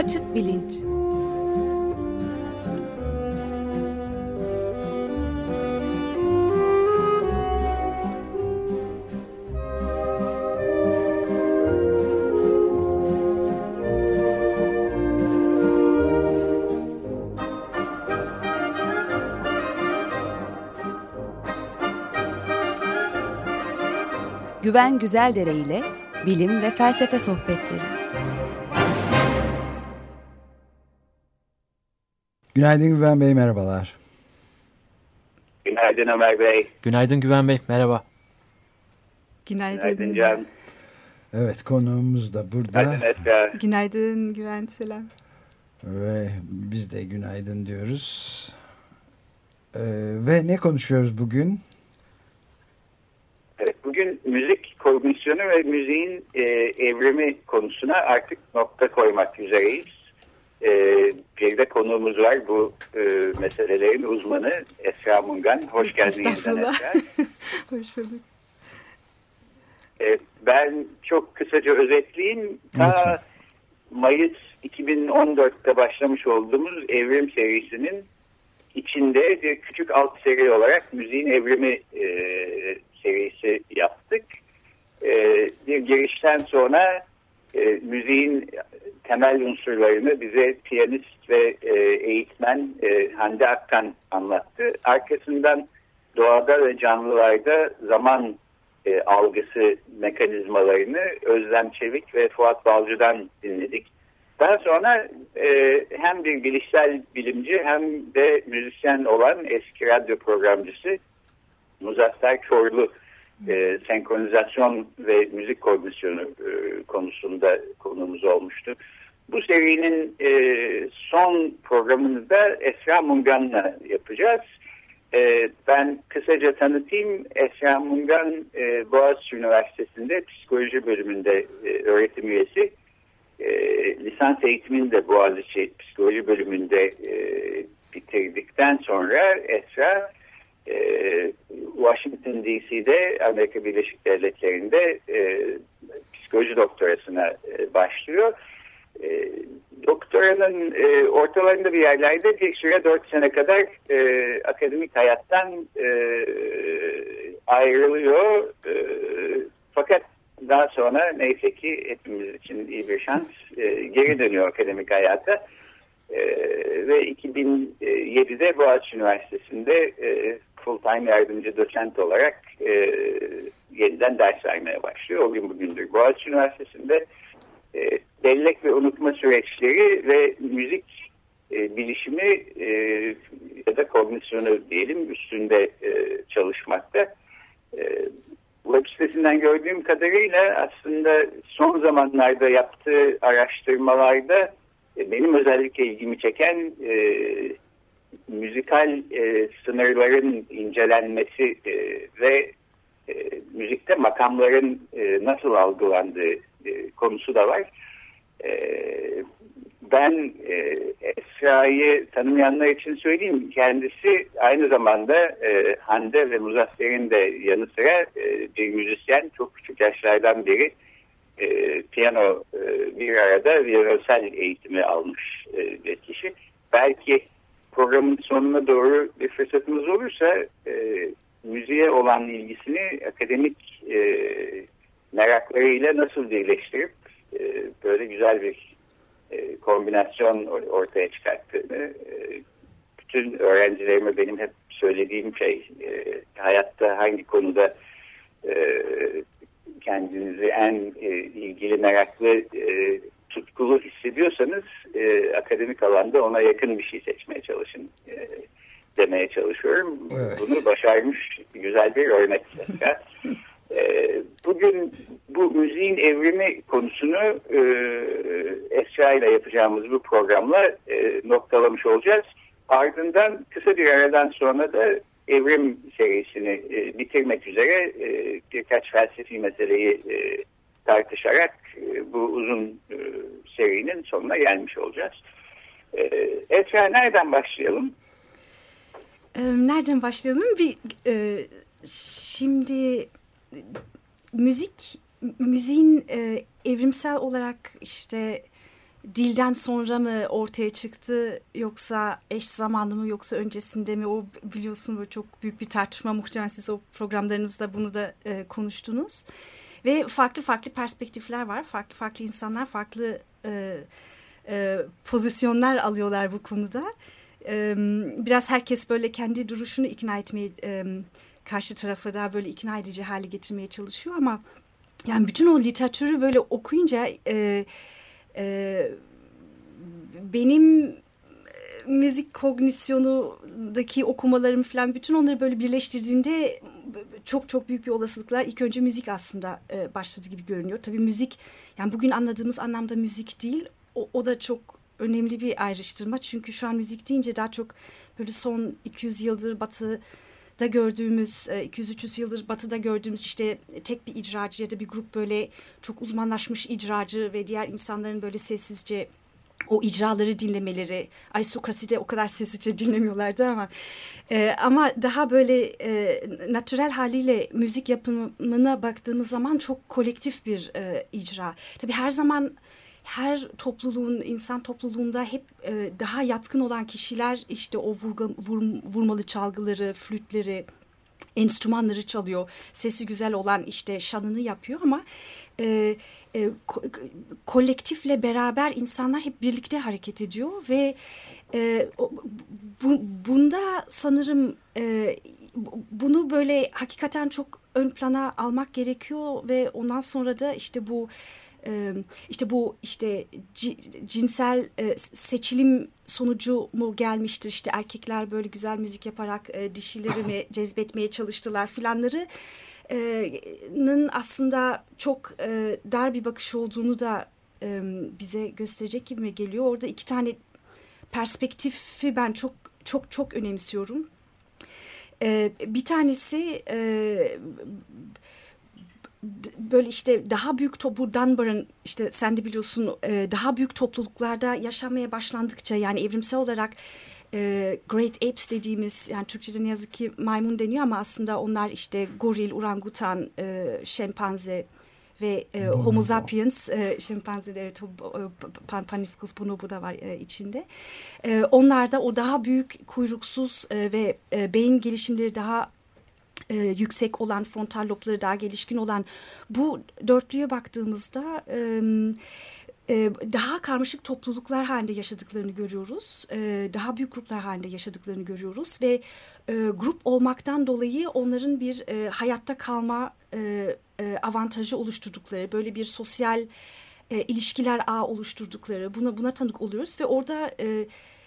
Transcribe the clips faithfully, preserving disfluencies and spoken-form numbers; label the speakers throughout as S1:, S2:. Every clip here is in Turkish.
S1: Açık bilinç. Güven Güzeldere ile bilim ve felsefe sohbetleri.
S2: Günaydın Güven Bey, merhabalar.
S3: Günaydın Ömer Bey.
S4: Günaydın Güven Bey, merhaba.
S5: Günaydın.
S3: Günaydın Can.
S2: Evet, konuğumuz da burada.
S3: Günaydın Esra.
S5: Günaydın Güven, selam.
S2: Ve biz de günaydın diyoruz. Ee, ve ne konuşuyoruz bugün?
S3: Evet, bugün müzik kognisyonu ve müziğin e, evrimi konusuna artık nokta koymak üzereyiz. E, bir de konuğumuz var, bu e, meselelerin uzmanı Esra Mungan. Hoş geldin yeniden Esra.
S5: Hoş bulduk.
S3: E, ben çok kısaca özetleyeyim. Ta
S2: Lütfen.
S3: Mayıs iki bin on dörtte başlamış olduğumuz evrim serisinin içinde bir küçük alt seri olarak müziğin evrimi e, serisi yaptık. E, bir girişten sonra e, müziğin temel unsurlarını bize piyanist ve e, eğitmen e, Hande Aktan anlattı. Arkasından doğada ve canlılarda zaman e, algısı mekanizmalarını Özlem Çevik ve Fuat Balcı'dan dinledik. Daha sonra e, hem bir bilişsel bilimci hem de müzisyen olan eski radyo programcısı Muzaffer Çorlu e, senkronizasyon ve müzik kognisyonu e, konusunda konuğumuz olmuştu. Bu serinin e, son programını da Esra Mungan'la yapacağız. E, ben kısaca tanıtayım. Esra Mungan e, Boğaziçi Üniversitesi'nde psikoloji bölümünde e, öğretim üyesi. E, lisans eğitimini de Boğaziçi Psikoloji bölümünde e, bitirdikten sonra Esra e, Washington D C'de Amerika Birleşik Devletleri'nde e, psikoloji doktorasına e, başlıyor. E, doktoranın e, ortalarında bir yerlerde bir süre dört sene kadar e, akademik hayattan e, ayrılıyor. E, fakat daha sonra neyse ki hepimiz için iyi bir şans e, geri dönüyor akademik hayata e, ve iki bin yedide Boğaziçi Üniversitesi'nde e, full time yardımcı doçent olarak e, yeniden ders vermeye başlıyor. O gün bugündür Boğaziçi Üniversitesi'nde e, bellek ve unutma süreçleri ve müzik e, bilişimi e, ya da kognisyonu diyelim üstünde e, çalışmakta. E, Web sitesinden gördüğüm kadarıyla aslında son zamanlarda yaptığı araştırmalarda e, benim özellikle ilgimi çeken e, müzikal e, sınırların incelenmesi e, ve e, müzikte makamların e, nasıl algılandığı e, konusu da var. E, ben e, Esra'yı tanımayanlar için söyleyeyim. Kendisi aynı zamanda e, Hande ve Muzaffer'in de yanı sıra e, bir müzisyen. Çok küçük yaşlardan beri e, piyano e, bir arada violonsel eğitimi almış e, bir kişi. Belki programın sonuna doğru bir fırsatımız olursa e, müziğe olan ilgisini akademik e, meraklarıyla nasıl birleştirip e, böyle güzel bir e, kombinasyon ortaya çıkarttığını, e, bütün öğrencilerime benim hep söylediğim şey, e, hayatta hangi konuda e, kendinizi en e, ilgili, meraklı, e, tutkulu hissediyorsanız e, akademik alanda ona yakın bir şey seçmeye çalışın e, demeye çalışıyorum.
S2: Evet.
S3: Bunu başarmış güzel bir örnek. e, bugün bu müziğin evrimi konusunu e, Esra ile yapacağımız bu programla e, noktalamış olacağız. Ardından kısa bir aradan sonra da evrim serisini e, bitirmek üzere e, birkaç felsefi meseleyi e, tartışarak e, bu uzun e, serinin sonuna gelmiş olacağız. E, Esra, nereden başlayalım?
S5: Ee, nereden başlayalım? Bir e, şimdi müzik müziğin e, evrimsel olarak işte dilden sonra mı ortaya çıktı yoksa eş zamanlı mı yoksa öncesinde mi? O biliyorsun böyle çok büyük bir tartışma, muhtemelen siz o programlarınızda bunu da e, konuştunuz. Ve farklı farklı perspektifler var. Farklı farklı insanlar farklı e, e, pozisyonlar alıyorlar bu konuda. E, biraz herkes böyle kendi duruşunu ikna etmeye, e, karşı tarafa daha böyle ikna edici hale getirmeye çalışıyor ama yani bütün o literatürü böyle okuyunca e, e, benim müzik kognisyonundaki okumalarım falan bütün onları böyle birleştirdiğimde çok çok büyük bir olasılıkla ilk önce müzik aslında e, başladı gibi görünüyor. Tabii müzik, yani bugün anladığımız anlamda müzik değil. O, o da çok önemli bir ayrıştırma. Çünkü şu an müzik deyince daha çok böyle son iki yüz yıldır Batı'da gördüğümüz, iki yüz üç yüz yıldır Batı'da gördüğümüz işte tek bir icracı ya da bir grup böyle çok uzmanlaşmış icracı ve diğer insanların böyle sessizce o icraları dinlemeleri, aristokraside o kadar sessizce dinlemiyorlardı ama e, ama daha böyle e, natürel haliyle müzik yapımına baktığımız zaman çok kolektif bir e, icra. Tabii her zaman her topluluğun, insan topluluğunda hep e, daha yatkın olan kişiler işte o vurga, vur, vurmalı çalgıları, flütleri, enstrümanları çalıyor. Sesi güzel olan işte şanını yapıyor ama e, e, ko- kolektifle beraber insanlar hep birlikte hareket ediyor ve e, bu, bunda sanırım e, bunu böyle hakikaten çok ön plana almak gerekiyor ve ondan sonra da işte bu işte bu işte cinsel seçilim sonucu mu gelmiştir, işte erkekler böyle güzel müzik yaparak dişileri mi cezbetmeye çalıştılar filanlarının aslında çok dar bir bakış olduğunu da bize gösterecek gibi geliyor. Orada iki tane perspektifi ben çok çok çok önemsiyorum. Bir tanesi böyle işte daha büyük topluluk, Dunbar'ın işte sen de biliyorsun daha büyük topluluklarda yaşamaya başlandıkça, yani evrimsel olarak Great Apes dediğimiz, yani Türkçe'de ne yazık ki maymun deniyor ama aslında onlar işte goril, orangutan, şempanze ve Homo sapiens, şempanze, evet, Paniscus bonobo da var içinde. Onlarda o daha büyük kuyruksuz ve beyin gelişimleri daha e, yüksek olan, frontal lobları daha gelişkin olan bu dörtlüye baktığımızda e, e, daha karmaşık topluluklar halinde yaşadıklarını görüyoruz. E, daha büyük gruplar halinde yaşadıklarını görüyoruz ve e, grup olmaktan dolayı onların bir e, hayatta kalma e, e, avantajı oluşturdukları, böyle bir sosyal e, ilişkiler ağı oluşturdukları, buna buna tanık oluyoruz ve orada e,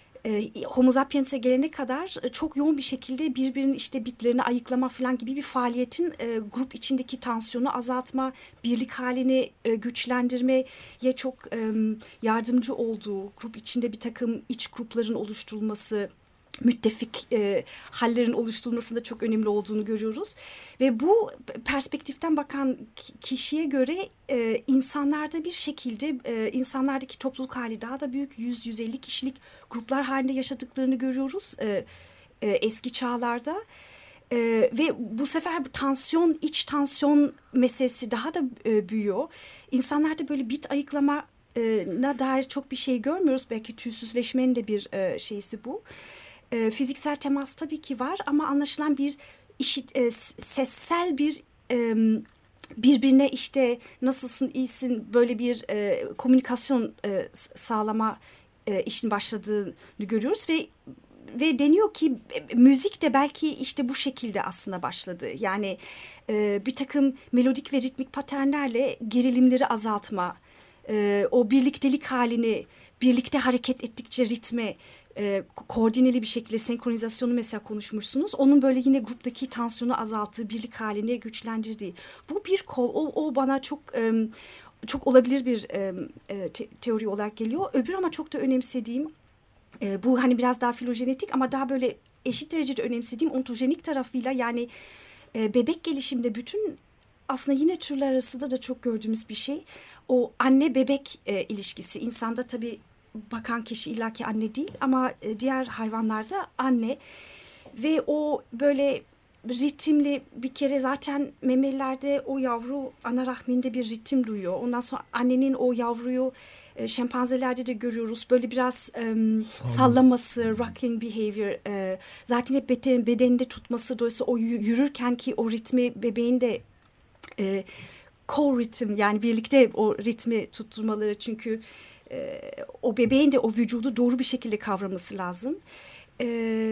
S5: E, Homo sapiens'e gelene kadar e, çok yoğun bir şekilde birbirinin işte bitlerini ayıklama falan gibi bir faaliyetin e, grup içindeki tansiyonu azaltma, birlik halini e, güçlendirmeye çok e, yardımcı olduğu, grup içinde bir takım iç grupların oluşturulması, müttefik e, hallerin oluşturulmasında çok önemli olduğunu görüyoruz. Ve bu perspektiften bakan kişiye göre e, insanlarda bir şekilde e, insanlardaki topluluk hali daha da büyük, yüz yüz elli kişilik gruplar halinde yaşadıklarını görüyoruz e, e, eski çağlarda. E, ve bu sefer bu tansiyon, iç tansiyon meselesi daha da e, büyüyor. İnsanlarda böyle bit ayıklama e, na dair çok bir şey görmüyoruz. Belki tüysüzleşmenin de bir e, şeysi bu. E, fiziksel temas tabii ki var ama anlaşılan bir işit, e, sessel bir e, birbirine işte nasılsın, iyisin, böyle bir e, komünikasyon e, sağlama e, işin başladığını görüyoruz ve ve deniyor ki e, müzik de belki işte bu şekilde aslında başladı. Yani e, bir takım melodik ve ritmik paternlerle gerilimleri azaltma, e, o birliktelik halini, birlikte hareket ettikçe ritme E, koordineli bir şekilde senkronizasyonu mesela konuşmuşsunuz. Onun böyle yine gruptaki tansiyonu azalttığı, birlik halini güçlendirdiği. Bu bir kol. O, o bana çok e, çok olabilir bir e, te, teori olarak geliyor. Öbür ama çok da önemsediğim, e, bu hani biraz daha filojenetik ama daha böyle eşit derecede önemsediğim ontojenik tarafıyla, yani e, bebek gelişimde bütün aslında yine türler arasında da çok gördüğümüz bir şey. O anne bebek e, ilişkisi. İnsanda tabii bakan kişi illaki anne değil ama diğer hayvanlarda anne ve o böyle ritimli, bir kere zaten memelilerde o yavru ana rahminde bir ritim duyuyor. Ondan sonra annenin o yavruyu E, şempanzelerde de görüyoruz. Böyle biraz e, sallaması, rocking behavior. E, zaten hep beden, bedeninde tutması. Dolayısıyla o yürürken ki o ritmi bebeğin de e, co-ritim, yani birlikte o ritmi tutturmaları. Çünkü e, o bebeğin de o vücudu doğru bir şekilde kavraması lazım. E,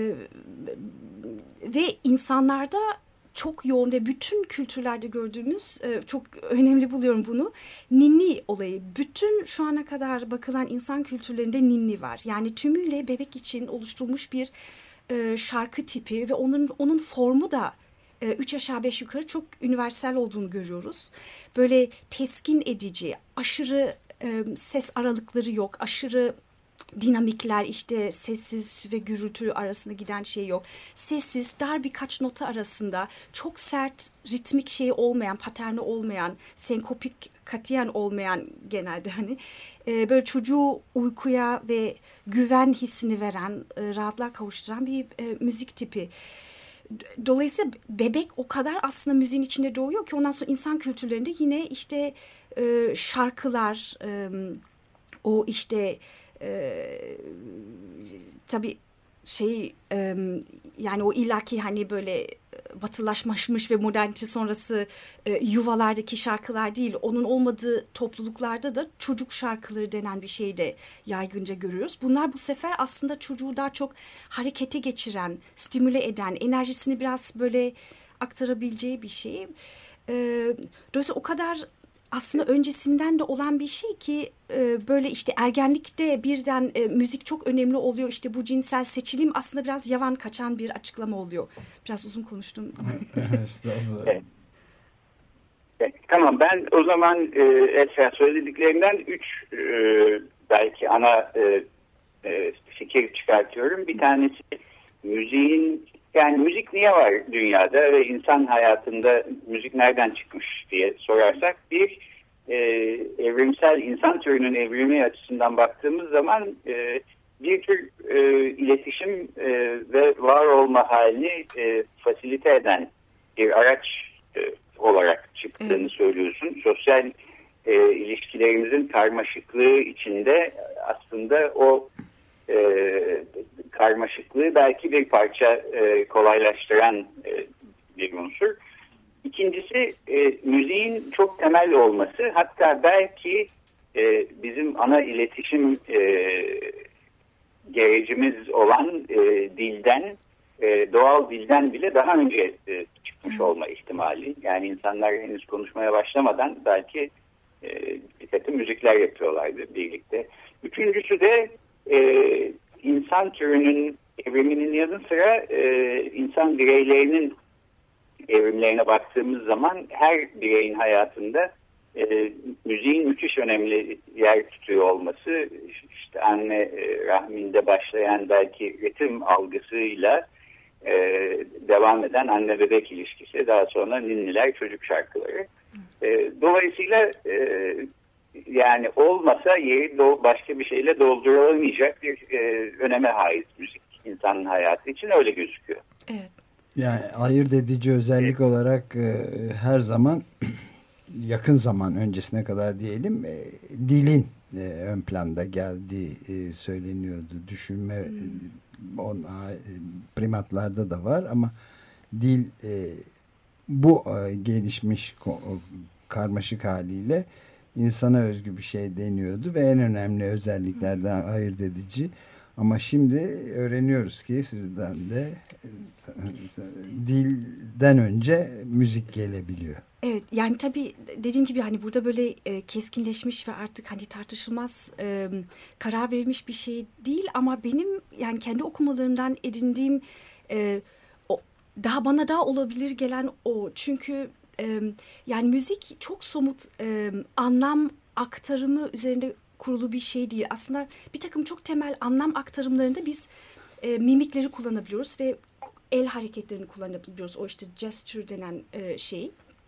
S5: ve insanlarda çok yoğun ve bütün kültürlerde gördüğümüz, çok önemli buluyorum bunu, ninni olayı. Bütün şu ana kadar bakılan insan kültürlerinde ninni var. Yani tümüyle bebek için oluşturulmuş bir şarkı tipi ve onun onun formu da üç aşağı beş yukarı çok universal olduğunu görüyoruz. Böyle teskin edici, aşırı ses aralıkları yok, aşırı dinamikler, işte sessiz ve gürültü arasında giden şey yok. Sessiz, dar birkaç nota arasında çok sert, ritmik şey olmayan, paterni olmayan, senkopik, katiyen olmayan genelde hani e, böyle çocuğu uykuya ve güven hissini veren, e, rahatlığa kavuşturan bir e, müzik tipi. Dolayısıyla bebek o kadar aslında müziğin içinde doğuyor ki ondan sonra insan kültürlerinde yine işte e, şarkılar, e, o işte Ee, tabii şey e, yani o illaki hani böyle batılaşmış ve modernite sonrası e, yuvalardaki şarkılar değil, onun olmadığı topluluklarda da çocuk şarkıları denen bir şeyi de yaygınca görüyoruz. Bunlar bu sefer aslında çocuğu daha çok harekete geçiren, stimüle eden, enerjisini biraz böyle aktarabileceği bir şey. E, dolayısıyla o kadar aslında öncesinden de olan bir şey ki e, böyle işte ergenlikte birden e, müzik çok önemli oluyor. İşte bu cinsel seçilim aslında biraz yavan kaçan bir açıklama oluyor. Biraz uzun konuştum.
S3: Estağfurullah. Evet. Evet, tamam, ben o zaman e, Esra söylediklerinden üç e, belki ana e, e, fikir çıkartıyorum. Bir tanesi müziğin, yani müzik niye var dünyada ve insan hayatında müzik nereden çıkmış diye sorarsak, bir e, evrimsel insan türünün evrimi açısından baktığımız zaman e, bir tür e, iletişim e, ve var olma halini e, fasilite eden bir araç e, olarak çıktığını evet. söylüyorsun. Sosyal e, ilişkilerimizin karmaşıklığı içinde aslında o e, karmaşıklığı belki bir parça e, kolaylaştıran e, bir unsur. İkincisi e, müziğin çok temel olması, hatta belki e, bizim ana iletişim e, gerecimiz olan e, dilden, e, doğal dilden bile daha önce e, çıkmış olma ihtimali. Yani insanlar henüz konuşmaya başlamadan belki e, bir takım müzikler yapıyorlardı birlikte. Üçüncüsü de e, insan türünün evriminin yanı sıra e, insan bireylerinin evrimlerine baktığımız zaman her bireyin hayatında e, müziğin müthiş önemli yer tutuyor olması, işte anne e, rahminde başlayan belki ritim algısıyla e, devam eden anne bebek ilişkisi, daha sonra ninniler, çocuk şarkıları. E, dolayısıyla e, yani olmasa yeri başka bir şeyle doldurulamayacak bir e, öneme haiz müzik insanın hayatı için, öyle gözüküyor.
S5: Evet.
S2: Yani ayırt edici özellik evet. olarak e, her zaman yakın zaman öncesine kadar diyelim e, dilin e, ön planda geldiği e, söyleniyordu. Düşünme hmm. on, e, primatlarda da var ama dil e, bu e, gelişmiş ko, karmaşık haliyle insana özgü bir şey deniyordu ve en önemli özelliklerden ayırt edici. Ama şimdi öğreniyoruz ki sizden de dilden önce müzik gelebiliyor.
S5: Evet, yani tabii dediğim gibi hani burada böyle e, keskinleşmiş ve artık hani tartışılmaz e, karar verilmiş bir şey değil, ama benim yani kendi okumalarımdan edindiğim e, o, daha bana daha olabilir gelen o. Çünkü e, yani müzik çok somut e, anlam aktarımı üzerinde kurulu bir şey değil. Aslında bir takım çok temel anlam aktarımlarında biz e, mimikleri kullanabiliyoruz ve el hareketlerini kullanabiliyoruz. O işte gesture denen e, şey.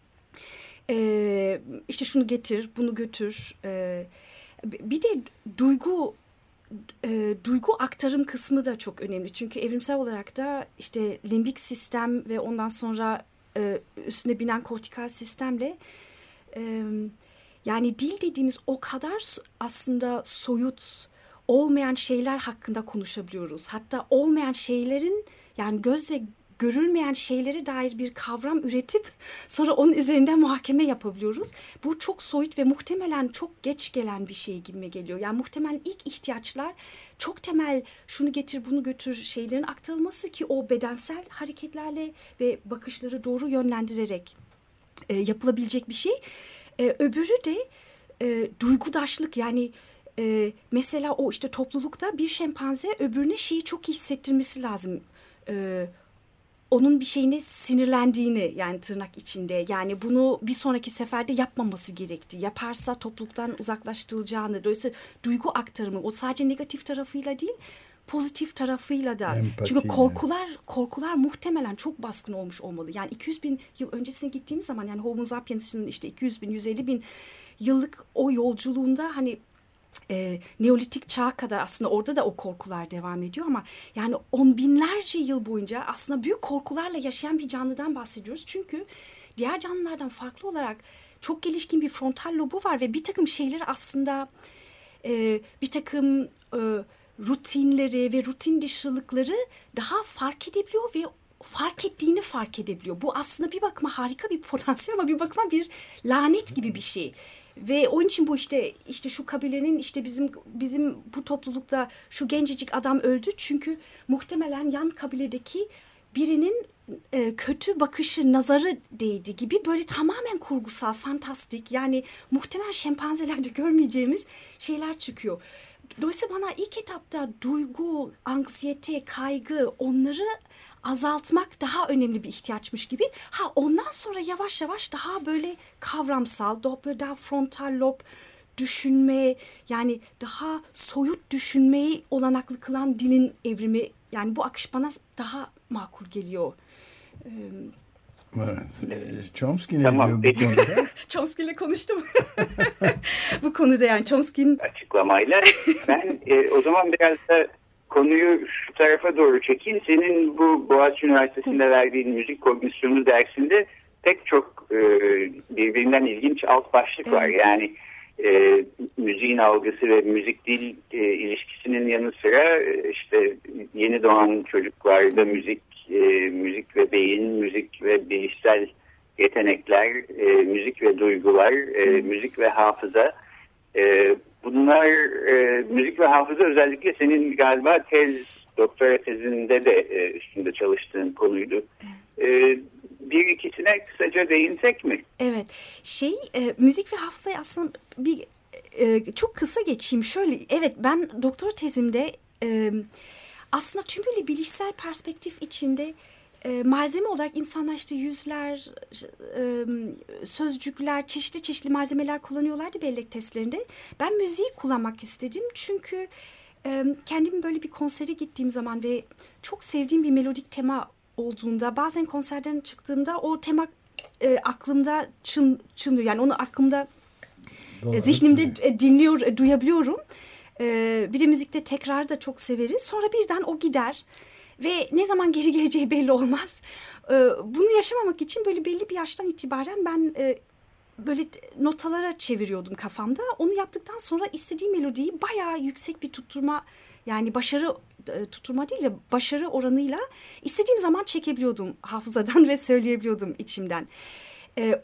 S5: E, işte şunu getir, bunu götür. E, bir de duygu e, duygu aktarım kısmı da çok önemli. Çünkü evrimsel olarak da işte limbik sistem ve ondan sonra e, üstüne binen kortikal sistemle e, Yani dil dediğimiz o kadar aslında soyut olmayan şeyler hakkında konuşabiliyoruz. Hatta olmayan şeylerin yani gözle görülmeyen şeylere dair bir kavram üretip sonra onun üzerinden muhakeme yapabiliyoruz. Bu çok soyut ve muhtemelen çok geç gelen bir şey gibime geliyor. Yani muhtemelen ilk ihtiyaçlar çok temel şunu getir bunu götür şeylerin aktarılması ki o bedensel hareketlerle ve bakışları doğru yönlendirerek e, yapılabilecek bir şey. E, öbürü de e, duygudaşlık yani e, mesela o işte toplulukta bir şempanze öbürüne şeyi çok iyi hissettirmesi lazım. E, onun bir şeyine sinirlendiğini yani tırnak içinde yani bunu bir sonraki seferde yapmaması gerektiği yaparsa topluluktan uzaklaştırılacağını dolayısıyla duygu aktarımı o sadece negatif tarafıyla değil pozitif tarafıyla da empati çünkü korkular korkular muhtemelen çok baskın olmuş olmalı yani iki yüz bin yıl öncesine gittiğimiz zaman yani Homo sapiens'in işte iki yüz bin yüz elli bin yıllık o yolculuğunda hani E, Neolitik çağa kadar aslında orada da o korkular devam ediyor ama yani on binlerce yıl boyunca aslında büyük korkularla yaşayan bir canlıdan bahsediyoruz. Çünkü diğer canlılardan farklı olarak çok gelişkin bir frontal lobu var ve bir takım şeyleri aslında e, bir takım e, rutinleri ve rutin dışılıkları daha fark edebiliyor ve fark ettiğini fark edebiliyor. Bu aslında bir bakıma harika bir potansiyel ama bir bakıma bir lanet gibi bir şey. Ve onun için bu işte işte şu kabilenin işte bizim bizim bu toplulukta şu gencecik adam öldü çünkü muhtemelen yan kabiledeki birinin e, kötü bakışı nazarı değdi gibi böyle tamamen kurgusal, fantastik yani muhtemel şempanzelerde görmeyeceğimiz şeyler çıkıyor. Dolayısıyla bana ilk etapta duygu, anksiyete, kaygı onları azaltmak daha önemli bir ihtiyaçmış gibi. Ha ondan sonra yavaş yavaş daha böyle kavramsal, daha böyle daha frontal lob düşünme yani daha soyut düşünmeyi olanaklı kılan dilin evrimi yani bu akış bana daha makul geliyor.
S2: Evet. Chomsky ne
S3: tamam,
S2: diyor bu konuda?
S5: Chomsky ile konuştum. Bu konuda yani Chomsky'nin
S3: açıklamayla. Ben e, o zaman biraz da konuyu şu tarafa doğru çekeyim. Senin bu Boğaziçi Üniversitesi'nde verdiğin müzik kognisyonu dersinde pek çok e, birbirinden ilginç alt başlık var. Yani e, müziğin algısı ve müzik dil e, ilişkisinin yanı sıra e, işte yeni doğan çocuklarda müzik, e, müzik ve beyin, müzik ve bilişsel yetenekler, e, müzik ve duygular, e, müzik ve hafıza. E, bunlar e, müzik ve hafıza özellikle senin galiba tez, doktora tezinde de e, üstünde çalıştığın konuydu. E, bir ikisine kısaca değinsek mi?
S5: Evet. Şey, e, müzik ve hafızayı aslında bir e, çok kısa geçeyim. Şöyle, evet ben doktora tezimde e, aslında tüm böyle bilişsel perspektif içinde e, malzeme olarak insanlar işte yüzler, e, sözcükler, çeşitli çeşitli malzemeler kullanıyorlardı bellek testlerinde. Ben müziği kullanmak istedim çünkü e, kendim böyle bir konsere gittiğim zaman ve çok sevdiğim bir melodik tema olduğunda bazen konserden çıktığımda o tema e, aklımda çın, çınlıyor. Yani onu aklımda e, zihnimde e, dinliyor, e, duyabiliyorum. E, bir de müzikte tekrar da çok severiz. Sonra birden o gider ve ne zaman geri geleceği belli olmaz. E, bunu yaşamamak için böyle belli bir yaştan itibaren ben e, böyle notalara çeviriyordum kafamda. Onu yaptıktan sonra istediğim melodiyi bayağı yüksek bir tutturma yani başarı tutturma değil de başarı oranıyla istediğim zaman çekebiliyordum hafızadan ve söyleyebiliyordum içimden. Ee,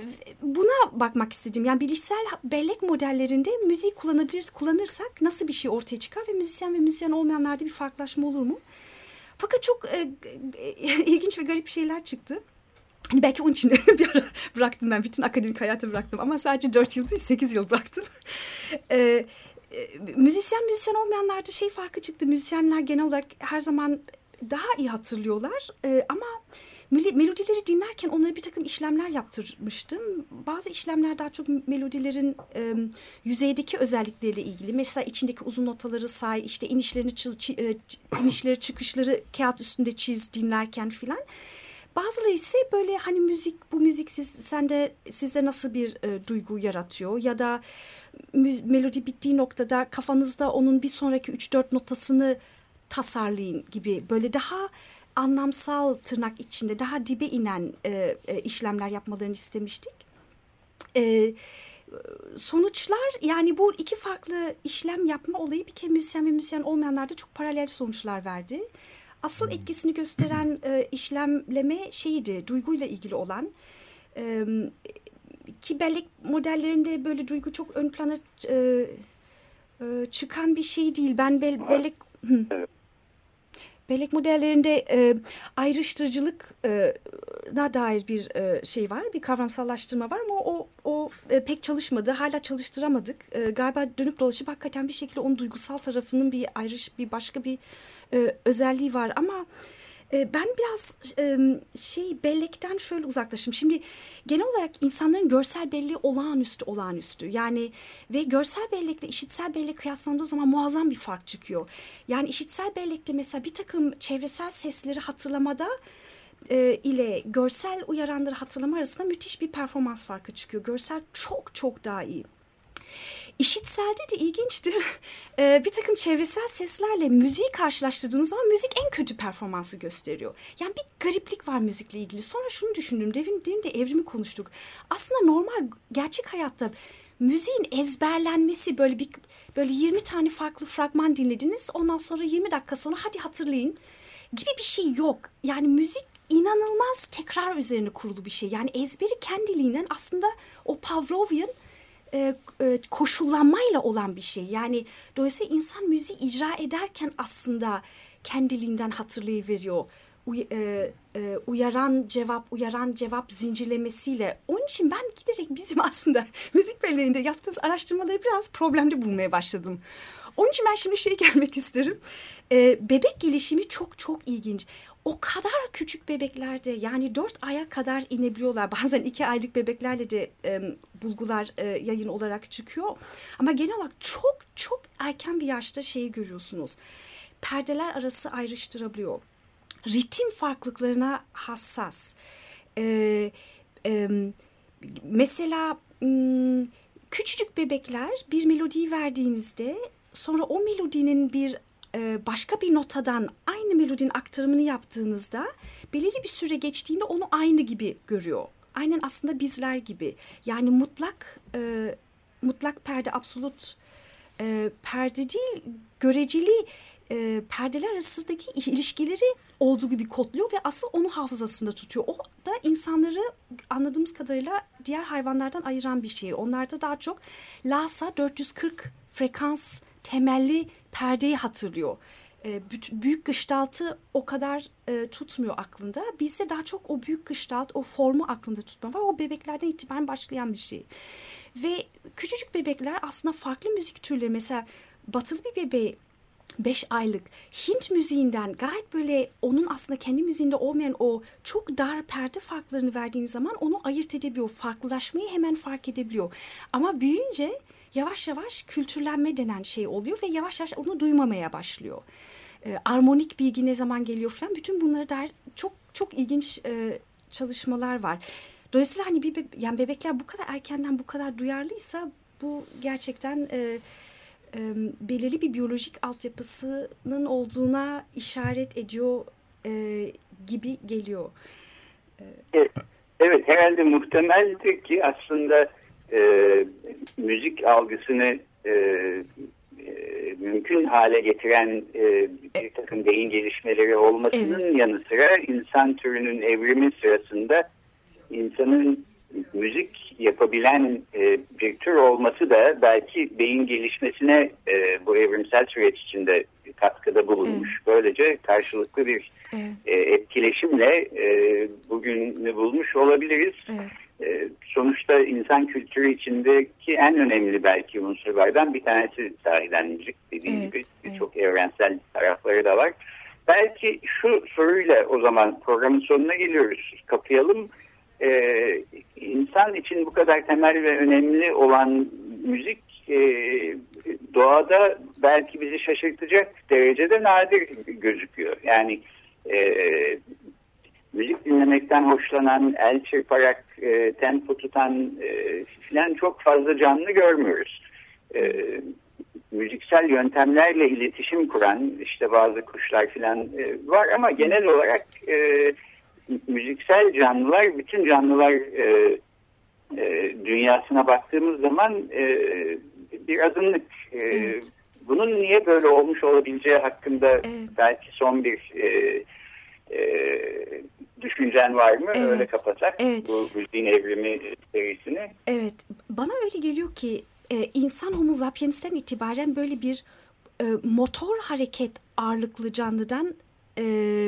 S5: buna bakmak istedim. Yani bilişsel bellek modellerinde müziği kullanabiliriz, kullanırsak nasıl bir şey ortaya çıkar ve müzisyen ve müzisyen olmayanlarda bir farklılaşma olur mu? Fakat çok e, e, ilginç ve garip şeyler çıktı. Hani belki onun için bir ara bıraktım ben. Bütün akademik hayatı bıraktım. Ama sadece dört yıl değil, sekiz yıl bıraktım. Ee, müzisyen müzisyen olmayanlarda şey farkı çıktı. Müzisyenler genel olarak her zaman daha iyi hatırlıyorlar. Ee, ama melodileri dinlerken onlara bir takım işlemler yaptırmıştım. Bazı işlemler daha çok melodilerin e, yüzeydeki özellikleriyle ilgili. Mesela içindeki uzun notaları say, işte inişlerini çiz, çi, inişleri çıkışları kağıt üstünde çiz dinlerken filan. Bazıları ise böyle hani müzik, bu müzik siz, sende sizde nasıl bir e, duygu yaratıyor ya da mü, melodi bittiği noktada kafanızda onun bir sonraki üç dört notasını tasarlayın gibi böyle daha anlamsal tırnak içinde daha dibe inen e, e, işlemler yapmalarını istemiştik. E, sonuçlar, yani bu iki farklı işlem yapma olayı bir kere müzisyen ve müzisyen olmayanlarda çok paralel sonuçlar verdi. Asıl etkisini gösteren e, işlemleme şeydi, duyguyla ilgili olan. E, ki bellek modellerinde böyle duygu çok ön plana e, e, çıkan bir şey değil. Ben be, bellek... Hı. Bellek modellerinde e, ayrıştırıcılık'a dair bir e, şey var, bir kavramsallaştırma var ama o, o e, pek çalışmadı. Hala çalıştıramadık. E, galiba dönüp dolaşıp hakikaten bir şekilde onun duygusal tarafının bir ayrış, bir başka bir e, özelliği var. Ama e, ben biraz e, şey bellekten şöyle uzaklaştım. Şimdi genel olarak insanların görsel belleği olağanüstü olağanüstü. Yani ve görsel bellekle işitsel bellek kıyaslandığı zaman muazzam bir fark çıkıyor. Yani işitsel bellekte mesela bir takım çevresel sesleri hatırlamada e, ile görsel uyaranları hatırlama arasında müthiş bir performans farkı çıkıyor. Görsel çok çok daha iyi. İşitselde de ilginçtir. Ee, bir takım çevresel seslerle müziği karşılaştırdığınız zaman müzik en kötü performansı gösteriyor. Yani bir gariplik var müzikle ilgili. Sonra şunu düşündüm. Demin, demin de evrimi konuştuk. Aslında normal gerçek hayatta müziğin ezberlenmesi, böyle bir böyle yirmi tane farklı fragman dinlediniz. Ondan sonra yirmi dakika sonra hadi hatırlayın gibi bir şey yok. Yani müzik inanılmaz tekrar üzerine kurulu bir şey. Yani ezberi kendiliğinden aslında o Pavlovian E, e, koşullanmayla olan bir şey. Yani dolayısıyla insan müziği icra ederken aslında kendiliğinden hatırlayıveriyor. Uy, e, e, uyaran cevap, uyaran cevap zincirlemesiyle. Onun için ben giderek bizim aslında müzik belleğinde yaptığımız araştırmaları biraz problemli bulmaya başladım. Onun için ben şimdi şeye gelmek isterim. E, bebek gelişimi çok çok ilginç. O kadar küçük bebeklerde, yani dört aya kadar inebiliyorlar. Bazen iki aylık bebeklerle de e, bulgular e, yayın olarak çıkıyor. Ama genel olarak çok çok erken bir yaşta şeyi görüyorsunuz. Perdeler arası ayrıştırabiliyor. Ritim farklılıklarına hassas. E, e, mesela m, küçücük bebekler bir melodiyi verdiğinizde sonra o melodinin bir başka bir notadan aynı melodinin aktarımını yaptığınızda belirli bir süre geçtiğinde onu aynı gibi görüyor. Aynen aslında bizler gibi. Yani mutlak e, mutlak perde, absolut e, perde değil, göreceli e, perdeler arasındaki ilişkileri olduğu gibi kodluyor ve asıl onu hafızasında tutuyor. O da insanları anladığımız kadarıyla diğer hayvanlardan ayıran bir şey. Onlarda daha çok Lhasa dört yüz kırk frekans temelli perdeyi hatırlıyor. E, büyük gıştaltı o kadar e, tutmuyor aklında. Bizde daha çok o büyük gıştalt, o formu aklında tutma var. O bebeklerden itibaren başlayan bir şey. Ve küçücük bebekler aslında farklı müzik türleri, mesela batılı bir bebeği beş aylık Hint müziğinden gayet böyle onun aslında kendi müziğinde olmayan o çok dar perde farklarını verdiğiniz zaman onu ayırt edebiliyor. Farklılaşmayı hemen fark edebiliyor. Ama büyüyünce yavaş yavaş kültürlenme denen şey oluyor ve yavaş yavaş onu duymamaya başlıyor. E, armonik bilgi ne zaman geliyor falan, bütün bunlara dair çok çok ilginç e, çalışmalar var. Dolayısıyla hani bir bebe- yani bebekler bu kadar erkenden bu kadar duyarlıysa bu gerçekten e, e, belirli bir biyolojik altyapısının olduğuna işaret ediyor e, gibi geliyor. E,
S3: evet, evet, herhalde muhtemeldir ki aslında e, müzik algısını e, e, mümkün hale getiren e, bir takım beyin gelişmeleri olmasının evet. yanı sıra insan türünün evrimi sırasında insanın müzik yapabilen e, bir tür olması da belki beyin gelişmesine e, bu evrimsel süreç içinde katkıda bulunmuş. Evet. Böylece karşılıklı bir evet. e, etkileşimle e, bugünü bulmuş olabiliriz. Evet. E, sonuçta insan kültürü içindeki en önemli belki unsurlardan bir tanesi sahiden müzik, dediğim evet. gibi evet. çok evrensel tarafları da var. Belki şu soruyla o zaman programın sonuna geliyoruz. Kapayalım. Ee, insan için bu kadar temel ve önemli olan müzik e, doğada belki bizi şaşırtacak derecede nadir gözüküyor. Yani e, müzik dinlemekten hoşlanan, el çırparak e, tempo tutan e, filan çok fazla canlı görmüyoruz. E, müziksel yöntemlerle iletişim kuran işte bazı kuşlar filan e, var ama genel olarak e, müziksel canlılar, bütün canlılar e, e, dünyasına baktığımız zaman e, bir azınlık. E, evet. Bunun niye böyle olmuş olabileceği hakkında evet. belki son bir e, e, düşüncen var mı? Evet. Öyle kapatsak evet. bu müziğin evrimi serisini.
S5: Evet. Bana öyle geliyor ki e, insan Homo sapiens'ten itibaren böyle bir e, motor hareket ağırlıklı canlıdan e,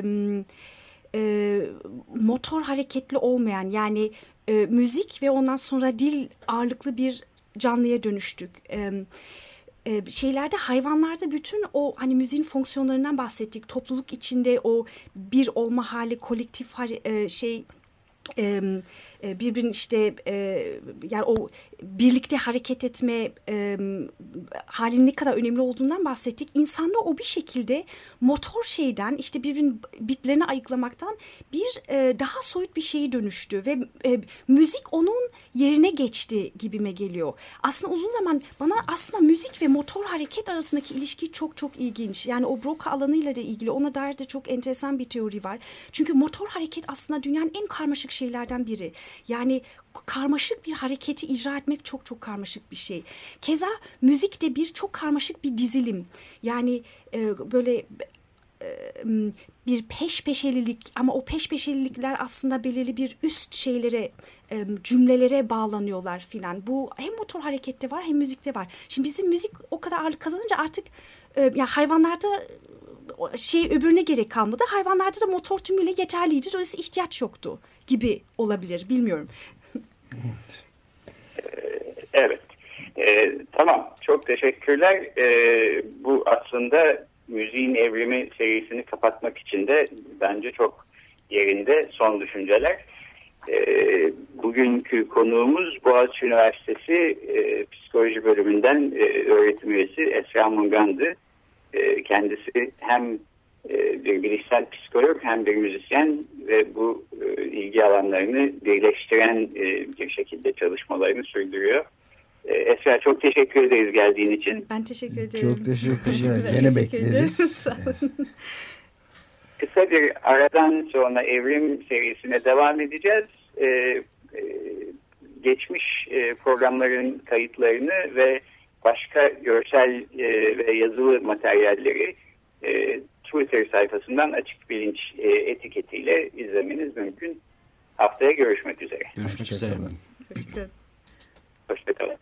S5: e, motor hareketli olmayan yani e, müzik ve ondan sonra dil ağırlıklı bir canlıya dönüştük. E, e, şeylerde hayvanlarda bütün o hani müziğin fonksiyonlarından bahsettik. Topluluk içinde o bir olma hali, kolektif e, şey e, birbirin işte e, yani o birlikte hareket etme e, halinin ne kadar önemli olduğundan bahsettik. İnsanda o bir şekilde motor şeyden işte birbirinin bitlerini ayıklamaktan bir e, daha soyut bir şeye dönüştü ve e, müzik onun yerine geçti gibime geliyor. Aslında uzun zaman bana aslında müzik ve motor hareket arasındaki ilişki çok çok ilginç. Yani o Broca alanıyla da ilgili ona dair de çok enteresan bir teori var. Çünkü motor hareket aslında dünyanın en karmaşık şeylerden biri. Yani karmaşık bir hareketi icra etmek çok çok karmaşık bir şey. Keza müzik de bir çok karmaşık bir dizilim. Yani e, böyle e, bir peş peşelilik ama o peş peşelilikler aslında belirli bir üst şeylere, e, cümlelere bağlanıyorlar filan. Bu hem motor harekette var hem müzikte var. Şimdi bizim müzik o kadar ağırlık kazanınca artık e, ya hayvanlarda şey öbürüne gerek kalmadı. Hayvanlarda da motor tümüyle yeterliydi. Dolayısıyla ihtiyaç yoktu gibi olabilir. Bilmiyorum.
S3: Evet. Evet. Ee, tamam. Çok teşekkürler. Ee, bu aslında müziğin evrimi serisini kapatmak için de bence çok yerinde son düşünceler. Ee, bugünkü konuğumuz Boğaziçi Üniversitesi e, Psikoloji Bölümünden e, öğretim üyesi Esra Mungan'dı. E, kendisi hem e, bir bilişsel psikolog hem bir müzisyen ve bu e, ilgi alanlarını birleştiren e, bir şekilde çalışmalarını sürdürüyor. E, Esra çok teşekkür ederiz geldiğin için.
S5: Ben teşekkür ederim.
S2: Çok teşekkürler. Yine bekleriz.
S5: Sağ olun.
S3: Kısa bir aradan sonra evrim serisine devam edeceğiz. E, e, geçmiş e, programların kayıtlarını ve başka görsel e, ve yazılı materyalleri e, Twitter sayfasından Açık Bilinç e, etiketiyle izlemeniz mümkün. Haftaya görüşmek üzere.
S4: Görüşmek üzere.
S5: Hoşçakalın.
S3: Hoşçakalın.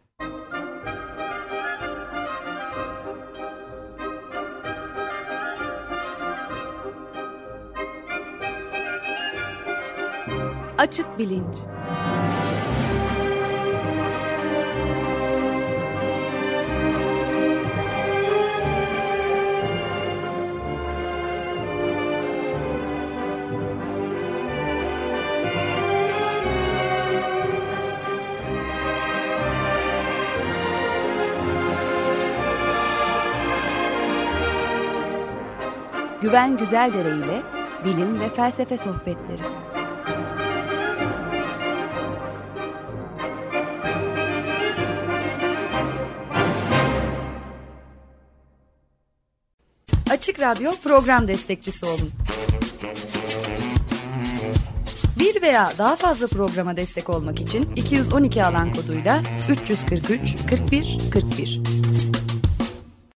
S1: Açık Bilinç. Güven Güzeldere ile bilim ve felsefe sohbetleri. Açık Radyo program destekçisi olun. Bir veya daha fazla programa destek olmak için iki yüz on iki alan koduyla üç yüz kırk üç kırk bir kırk bir